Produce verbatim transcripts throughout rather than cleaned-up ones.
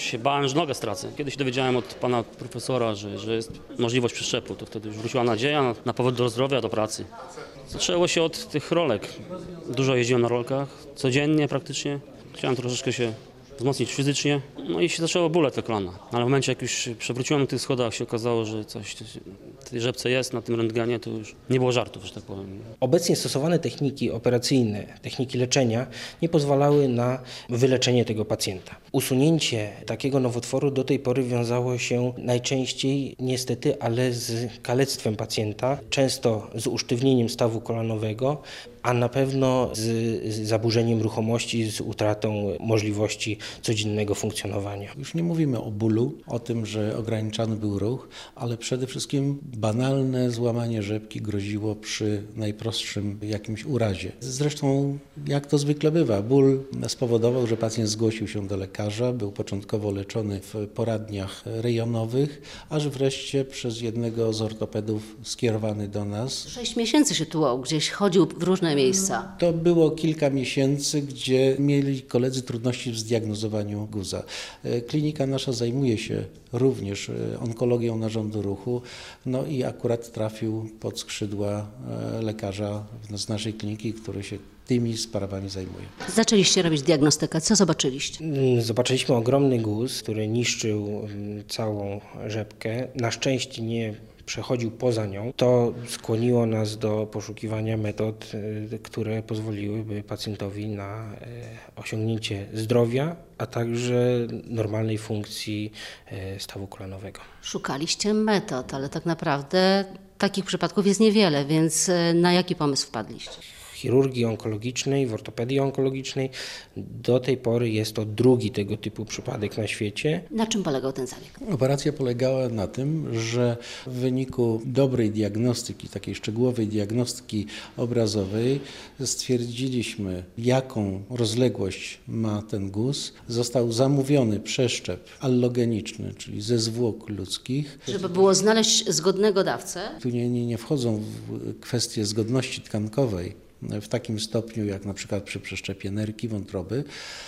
się bałem, że nogę stracę. Kiedyś dowiedziałem od pana profesora, że, że jest możliwość przeszczepu, to wtedy już wróciła nadzieja na, na powrót do zdrowia, do pracy. Zaczęło się od tych rolek. Dużo jeździłem na rolkach, codziennie praktycznie. Chciałem troszeczkę się wzmocnić fizycznie, no i się zaczęło bóle te kolana. Ale w momencie, jak już przewróciłem na tych schodach, się okazało, że coś w tej rzepce jest, na tym rentgenie, to już nie było żartów, że tak powiem. Obecnie stosowane techniki operacyjne, techniki leczenia nie pozwalały na wyleczenie tego pacjenta. Usunięcie takiego nowotworu do tej pory wiązało się najczęściej, niestety, ale z kalectwem pacjenta, często z usztywnieniem stawu kolanowego, a na pewno z, z zaburzeniem ruchomości, z utratą możliwości codziennego funkcjonowania. Już nie mówimy o bólu, o tym, że ograniczany był ruch, ale przede wszystkim banalne złamanie rzepki groziło przy najprostszym jakimś urazie. Zresztą, jak to zwykle bywa, ból spowodował, że pacjent zgłosił się do lekarza, był początkowo leczony w poradniach rejonowych, aż wreszcie przez jednego z ortopedów skierowany do nas. Sześć miesięcy się tułał, gdzieś chodził w różne miejsca. To było kilka miesięcy, gdzie mieli koledzy trudności w zdiagnozowaniu guza. Klinika nasza zajmuje się również onkologią narządu ruchu, no i akurat trafił pod skrzydła lekarza z naszej kliniki, który się tymi sprawami zajmuje. Zaczęliście robić diagnostykę. Co zobaczyliście? Zobaczyliśmy ogromny guz, który niszczył całą rzepkę. Na szczęście nie przechodził poza nią. To skłoniło nas do poszukiwania metod, które pozwoliłyby pacjentowi na osiągnięcie zdrowia, a także normalnej funkcji stawu kolanowego. Szukaliście metod, ale tak naprawdę takich przypadków jest niewiele, więc na jaki pomysł wpadliście? W chirurgii onkologicznej, w ortopedii onkologicznej do tej pory jest to drugi tego typu przypadek na świecie. Na czym polegał ten zabieg? Operacja polegała na tym, że w wyniku dobrej diagnostyki, takiej szczegółowej diagnostyki obrazowej stwierdziliśmy, jaką rozległość ma ten guz. Został zamówiony przeszczep allogeniczny, czyli ze zwłok ludzkich. Żeby było znaleźć zgodnego dawcę? Tu nie, nie, nie wchodzą w kwestie zgodności tkankowej w takim stopniu, jak na przykład przy przeszczepie nerki, wątroby,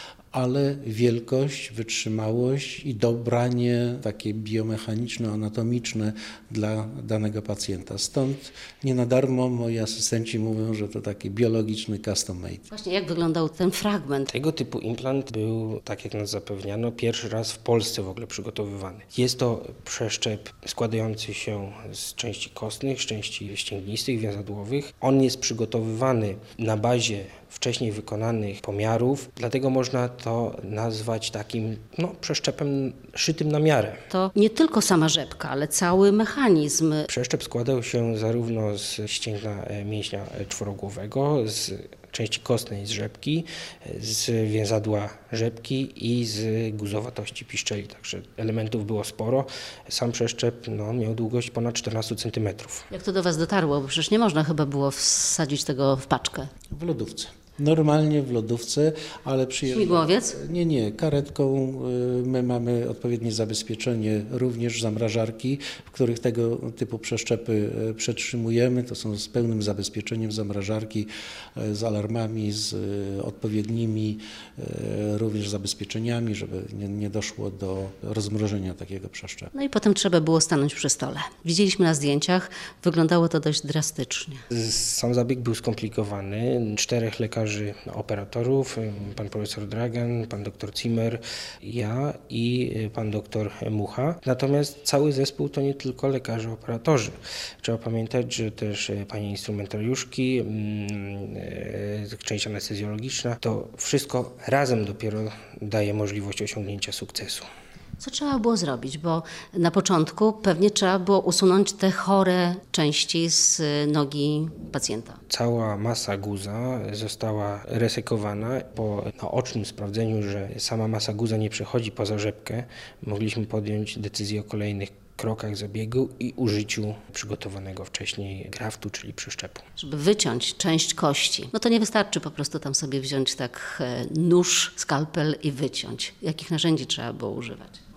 ale wielkość, wytrzymałość i dobranie takie biomechaniczne, anatomiczne dla danego pacjenta. Stąd nie na darmo moi asystenci mówią, że to taki biologiczny custom made. Właśnie jak wyglądał ten fragment? Tego typu implant był, tak jak nas zapewniano, pierwszy raz w Polsce w ogóle przygotowywany. Jest to przeszczep składający się z części kostnych, z części ścięgnistych, więzadłowych. On jest przygotowywany na bazie wcześniej wykonanych pomiarów, dlatego można to nazwać takim no, przeszczepem szytym na miarę. To nie tylko sama rzepka, ale cały mechanizm. Przeszczep składał się zarówno z ścięgna mięśnia czworogłowego, z części kostnej z rzepki, z więzadła rzepki i z guzowatości piszczeli, także elementów było sporo. Sam przeszczep no, miał długość ponad czternaście centymetrów. Jak to do was dotarło? Bo przecież nie można chyba było wsadzić tego w paczkę. W lodówce. Normalnie w lodówce, ale przyjeżdża... Śmigłowiec? Nie, nie, karetką. My mamy odpowiednie zabezpieczenie, również zamrażarki, w których tego typu przeszczepy przetrzymujemy. To są z pełnym zabezpieczeniem zamrażarki, z alarmami, z odpowiednimi również zabezpieczeniami, żeby nie, nie doszło do rozmrożenia takiego przeszczepu. No i potem trzeba było stanąć przy stole. Widzieliśmy na zdjęciach, wyglądało to dość drastycznie. Sam zabieg był skomplikowany. Czterech lekarzy operatorów, pan profesor Dragan, pan doktor Zimmer, ja i pan doktor Mucha. Natomiast cały zespół to nie tylko lekarze operatorzy. Trzeba pamiętać, że też panie instrumentariuszki, część anestezjologiczna, to wszystko razem dopiero daje możliwość osiągnięcia sukcesu. Co trzeba było zrobić? Bo na początku pewnie trzeba było usunąć te chore części z nogi pacjenta. Cała masa guza została resekowana. Po naocznym sprawdzeniu, że sama masa guza nie przechodzi poza rzepkę, mogliśmy podjąć decyzję o kolejnych krokach zabiegu i użyciu przygotowanego wcześniej graftu, czyli przeszczepu. Żeby wyciąć część kości, no to nie wystarczy po prostu tam sobie wziąć tak nóż, skalpel i wyciąć. Jakich narzędzi trzeba było używać?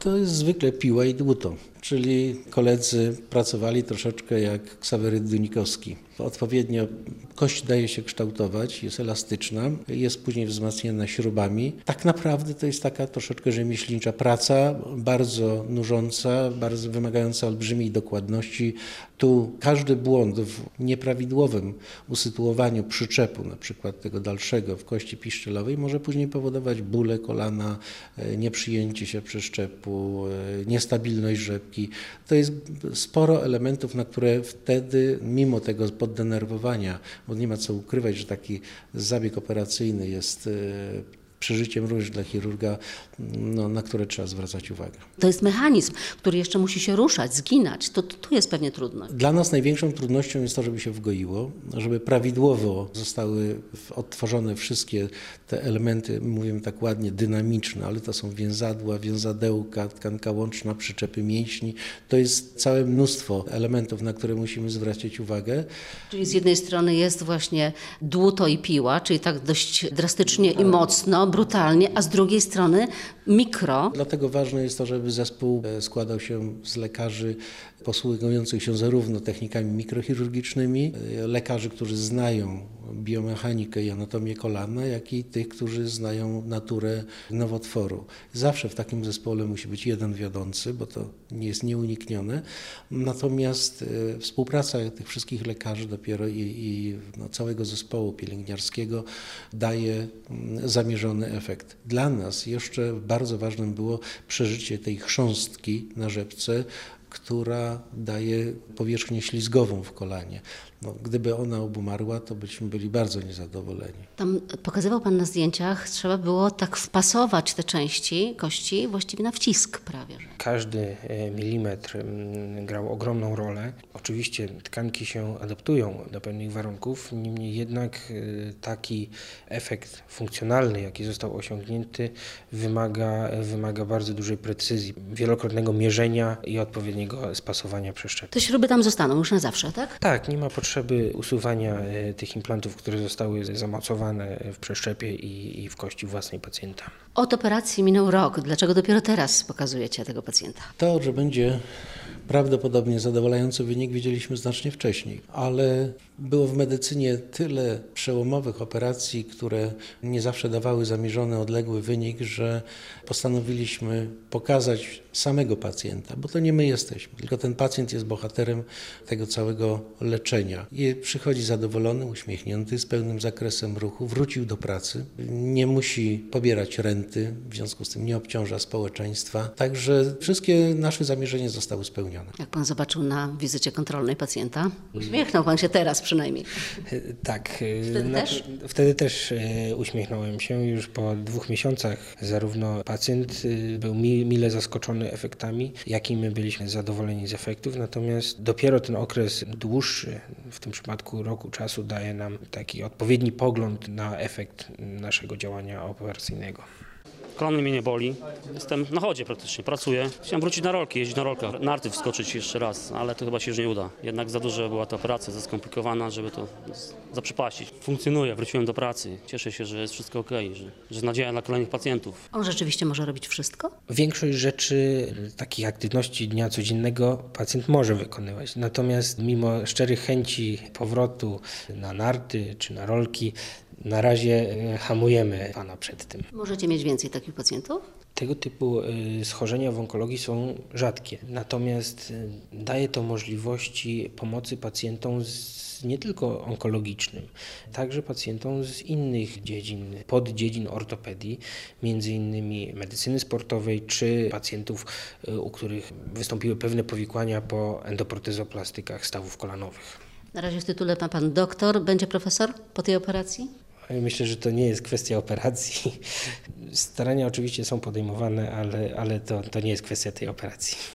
To jest zwykle piła i dłuto, czyli koledzy pracowali troszeczkę jak Ksawery Dunikowski. Odpowiednio kość daje się kształtować, jest elastyczna, jest później wzmacniana śrubami. Tak naprawdę to jest taka troszeczkę rzemieślnicza praca, bardzo nużąca, bardzo wymagająca olbrzymiej dokładności. Tu każdy błąd w nieprawidłowym usytuowaniu przyczepu, na przykład tego dalszego w kości piszczelowej, może później powodować bóle kolana, nieprzyjęcie się przeszczepu, niestabilność rzepki. To jest sporo elementów, na które wtedy, mimo tego poddenerwowania, bo nie ma co ukrywać, że taki zabieg operacyjny jest przeżyciem również dla chirurga, no, na które trzeba zwracać uwagę. To jest mechanizm, który jeszcze musi się ruszać, zginać. To tu jest pewnie trudno. Dla nas największą trudnością jest to, żeby się wgoiło, żeby prawidłowo zostały odtworzone wszystkie te elementy, mówimy tak ładnie, dynamiczne, ale to są więzadła, więzadełka, tkanka łączna, przyczepy mięśni. To jest całe mnóstwo elementów, na które musimy zwracać uwagę. Czyli z jednej strony jest właśnie dłuto i piła, czyli tak dość drastycznie i mocno, brutalnie, a z drugiej strony mikro. Dlatego ważne jest to, żeby zespół składał się z lekarzy posługujących się zarówno technikami mikrochirurgicznymi, lekarzy, którzy znają biomechanikę i anatomię kolana, jak i tych, którzy znają naturę nowotworu. Zawsze w takim zespole musi być jeden wiodący, bo to nie jest nieuniknione. Natomiast współpraca tych wszystkich lekarzy dopiero i, i no, całego zespołu pielęgniarskiego daje zamierzony efekt. Dla nas jeszcze bardzo ważnym było przeżycie tej chrząstki na rzepce, która daje powierzchnię ślizgową w kolanie. No, gdyby ona obumarła, to byśmy byli bardzo niezadowoleni. Tam pokazywał Pan na zdjęciach, trzeba było tak wpasować te części kości właściwie na wcisk prawie. Każdy milimetr grał ogromną rolę. Oczywiście tkanki się adaptują do pewnych warunków, niemniej jednak taki efekt funkcjonalny, jaki został osiągnięty, wymaga, wymaga bardzo dużej precyzji, wielokrotnego mierzenia i odpowiedniego spasowania przeszczepu. Te śruby tam zostaną już na zawsze, tak? Tak, nie ma potrzeby usuwania tych implantów, które zostały zamocowane w przeszczepie i, i w kości własnej pacjenta. Od operacji minął rok. Dlaczego dopiero teraz pokazujecie tego pacjenta? To, że będzie prawdopodobnie zadowalający wynik, wiedzieliśmy znacznie wcześniej, ale było w medycynie tyle przełomowych operacji, które nie zawsze dawały zamierzony odległy wynik, że postanowiliśmy pokazać samego pacjenta, bo to nie my jesteśmy, tylko ten pacjent jest bohaterem tego całego leczenia. I przychodzi zadowolony, uśmiechnięty, z pełnym zakresem ruchu, wrócił do pracy, nie musi pobierać renty, w związku z tym nie obciąża społeczeństwa, także wszystkie nasze zamierzenia zostały spełnione. Jak Pan zobaczył na wizycie kontrolnej pacjenta? Uśmiechnął Pan się teraz przynajmniej. Tak. Wtedy na, też? Wtedy też e, uśmiechnąłem się. Już po dwóch miesiącach zarówno pacjent e, był mi, mile zaskoczony efektami, jak i my byliśmy zadowoleni z efektów. Natomiast dopiero ten okres dłuższy, w tym przypadku roku czasu, daje nam taki odpowiedni pogląd na efekt naszego działania operacyjnego. Kolano mnie nie boli. Jestem na chodzie praktycznie, pracuję. Chciałem wrócić na rolki, jeździć na rolkach, narty wskoczyć jeszcze raz, ale to chyba się już nie uda. Jednak za duża była ta operacja, za skomplikowana, żeby to zaprzepaścić. Funkcjonuję, wróciłem do pracy. Cieszę się, że jest wszystko okej, że, że jest nadzieja dla kolejnych pacjentów. On rzeczywiście może robić wszystko? Większość rzeczy, takich aktywności dnia codziennego pacjent może wykonywać. Natomiast mimo szczerych chęci powrotu na narty czy na rolki, na razie hamujemy Pana przed tym. Możecie mieć więcej takich pacjentów? Tego typu schorzenia w onkologii są rzadkie, natomiast daje to możliwości pomocy pacjentom z, nie tylko onkologicznym, także pacjentom z innych dziedzin, poddziedzin ortopedii, między innymi medycyny sportowej, czy pacjentów, u których wystąpiły pewne powikłania po endoprotezoplastykach stawów kolanowych. Na razie w tytule ma Pan doktor. Będzie profesor po tej operacji? Myślę, że to nie jest kwestia operacji. Starania oczywiście są podejmowane, ale, ale to, to nie jest kwestia tej operacji.